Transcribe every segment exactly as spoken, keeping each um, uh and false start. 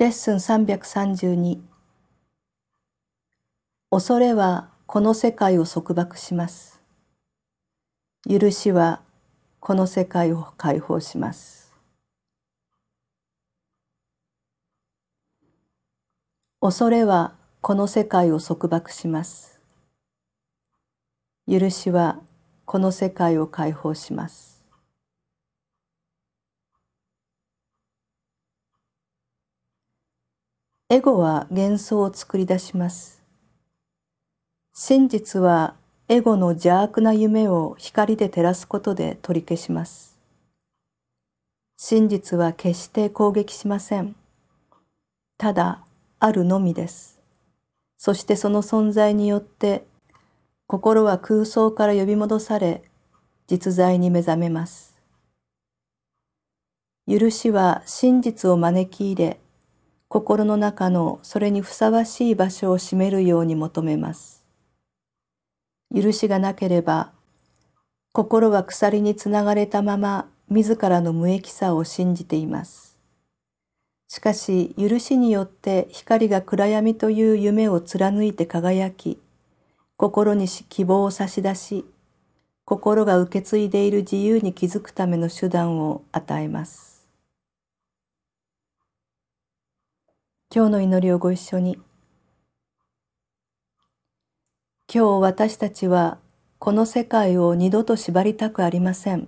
レッスンさんびゃくさんじゅうに。恐れはこの世界を束縛します。許しはこの世界を解放します。恐れはこの世界を束縛します。許しはこの世界を解放します。エゴは幻想を作り出します。真実はエゴの邪悪な夢を光で照らすことで取り消します。真実は決して攻撃しません。ただあるのみです。そしてその存在によって心は空想から呼び戻され、実在に目覚めます。許しは真実を招き入れ、心の中のそれにふさわしい場所を占めるように求めます。許しがなければ、心は鎖につながれたまま自らの無益さを信じています。しかし許しによって光が暗闇という夢を貫いて輝き、心に希望を差し出し、心が受け継いでいる自由に気づくための手段を与えます。今日の祈りをご一緒に。今日私たちはこの世界を二度と縛りたくありません。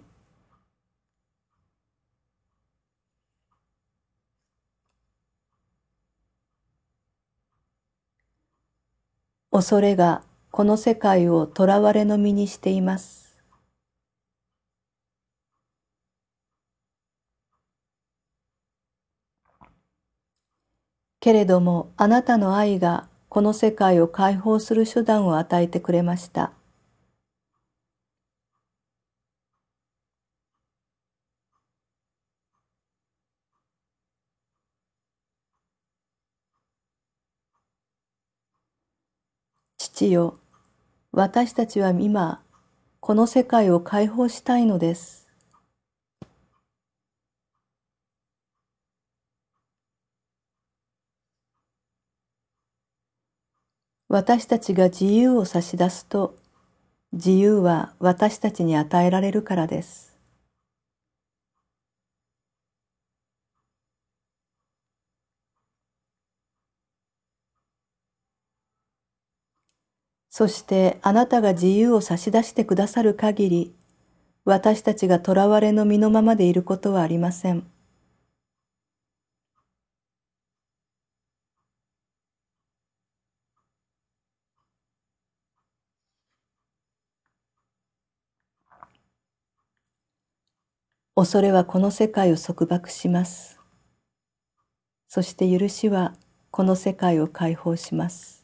恐れがこの世界を囚われの身にしています。けれどもあなたの愛がこの世界を解放する手段を与えてくれました。父よ、私たちは今、この世界を解放したいのです。私たちが自由を差し出すと、自由は私たちに与えられるからです。そしてあなたが自由を差し出してくださる限り、私たちが囚われの身のままでいることはありません。恐れはこの世界を束縛します。そして許しはこの世界を解放します。